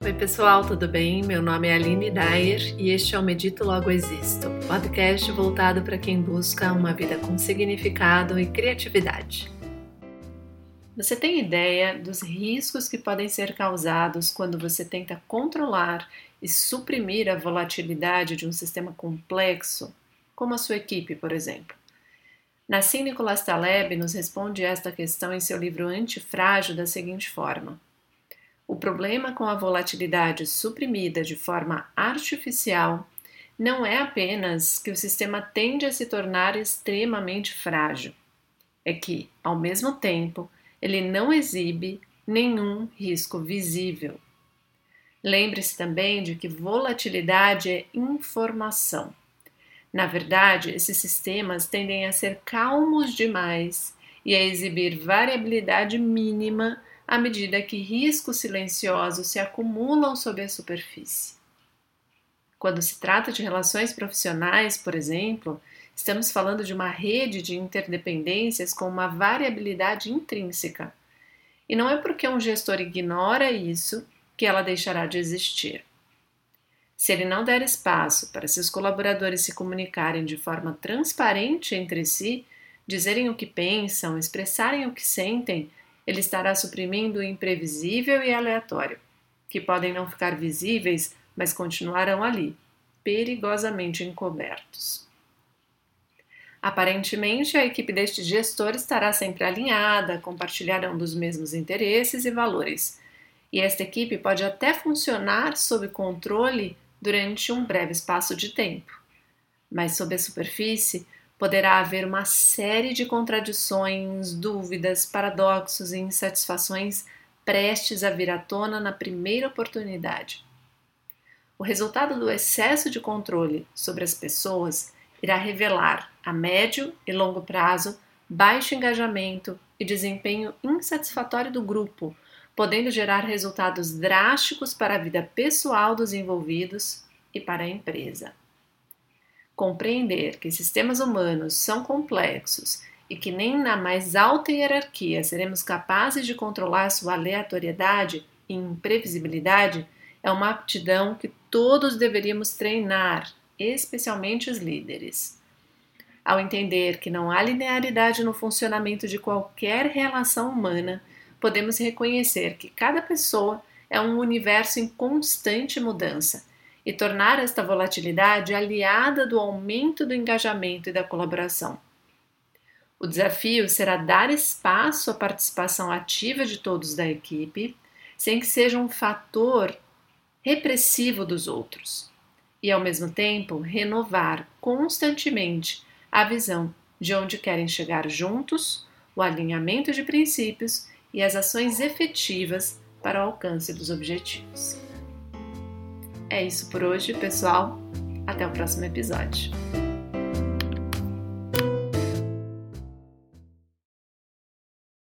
Oi pessoal, tudo bem? Meu nome é Aline Dyer e este é o Medito Logo Existo, podcast voltado para quem busca uma vida com significado e criatividade. Você tem ideia dos riscos que podem ser causados quando você tenta controlar e suprimir a volatilidade de um sistema complexo, como a sua equipe, por exemplo? Nassim Nicholas Taleb nos responde esta questão em seu livro Antifrágil da seguinte forma: o problema com a volatilidade suprimida de forma artificial não é apenas que o sistema tende a se tornar extremamente frágil, é que, ao mesmo tempo, ele não exibe nenhum risco visível. Lembre-se também de que volatilidade é informação. Na verdade, esses sistemas tendem a ser calmos demais e a exibir variabilidade mínima à medida que riscos silenciosos se acumulam sob a superfície. Quando se trata de relações profissionais, por exemplo, estamos falando de uma rede de interdependências com uma variabilidade intrínseca. E não é porque um gestor ignora isso que ela deixará de existir. Se ele não der espaço para seus colaboradores se comunicarem de forma transparente entre si, dizerem o que pensam, expressarem o que sentem, ele estará suprimindo o imprevisível e aleatório, que podem não ficar visíveis, mas continuarão ali, perigosamente encobertos. Aparentemente, a equipe deste gestor estará sempre alinhada, compartilharão dos mesmos interesses e valores, e esta equipe pode até funcionar sob controle durante um breve espaço de tempo. Mas sob a superfície, poderá haver uma série de contradições, dúvidas, paradoxos e insatisfações prestes a vir à tona na primeira oportunidade. O resultado do excesso de controle sobre as pessoas irá revelar, a médio e longo prazo, baixo engajamento e desempenho insatisfatório do grupo, podendo gerar resultados drásticos para a vida pessoal dos envolvidos e para a empresa. Compreender que sistemas humanos são complexos e que nem na mais alta hierarquia seremos capazes de controlar sua aleatoriedade e imprevisibilidade é uma aptidão que todos deveríamos treinar, especialmente os líderes. Ao entender que não há linearidade no funcionamento de qualquer relação humana, podemos reconhecer que cada pessoa é um universo em constante mudança e tornar esta volatilidade aliada do aumento do engajamento e da colaboração. O desafio será dar espaço à participação ativa de todos da equipe, sem que seja um fator repressivo dos outros, e ao mesmo tempo renovar constantemente a visão de onde querem chegar juntos, o alinhamento de princípios e as ações efetivas para o alcance dos objetivos. É isso por hoje, pessoal. Até o próximo episódio.